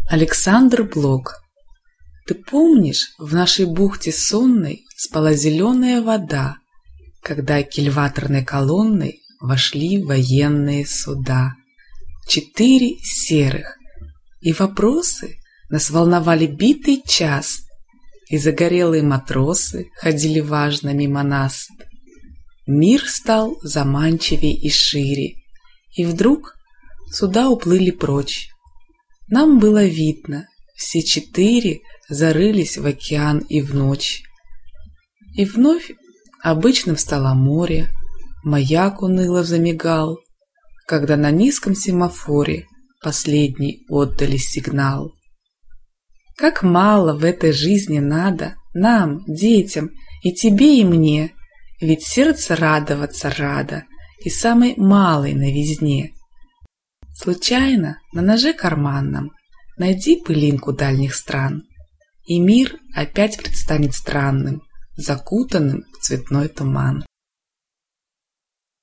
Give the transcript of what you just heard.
Александр Блок. Ты помнишь, в нашей бухте сонной спала зеленая вода, когда кильваторной колонной вошли военные суда. 4 серых, и вопросы нас волновали битый час, и загорелые матросы ходили важно мимо нас. Мир стал заманчивей и шире, и вдруг суда уплыли прочь. Нам было видно, все 4 зарылись в океан и в ночь. И вновь обычным стало море, маяк уныло замигал, когда на низком семафоре последний отдали сигнал. Как мало в этой жизни надо нам, детям, и тебе, и мне, ведь сердце радоваться радо, и самой малой новизне. Случайно на ноже карманном найди пылинку дальних стран, и мир опять предстанет странным, закутанным в цветной туман.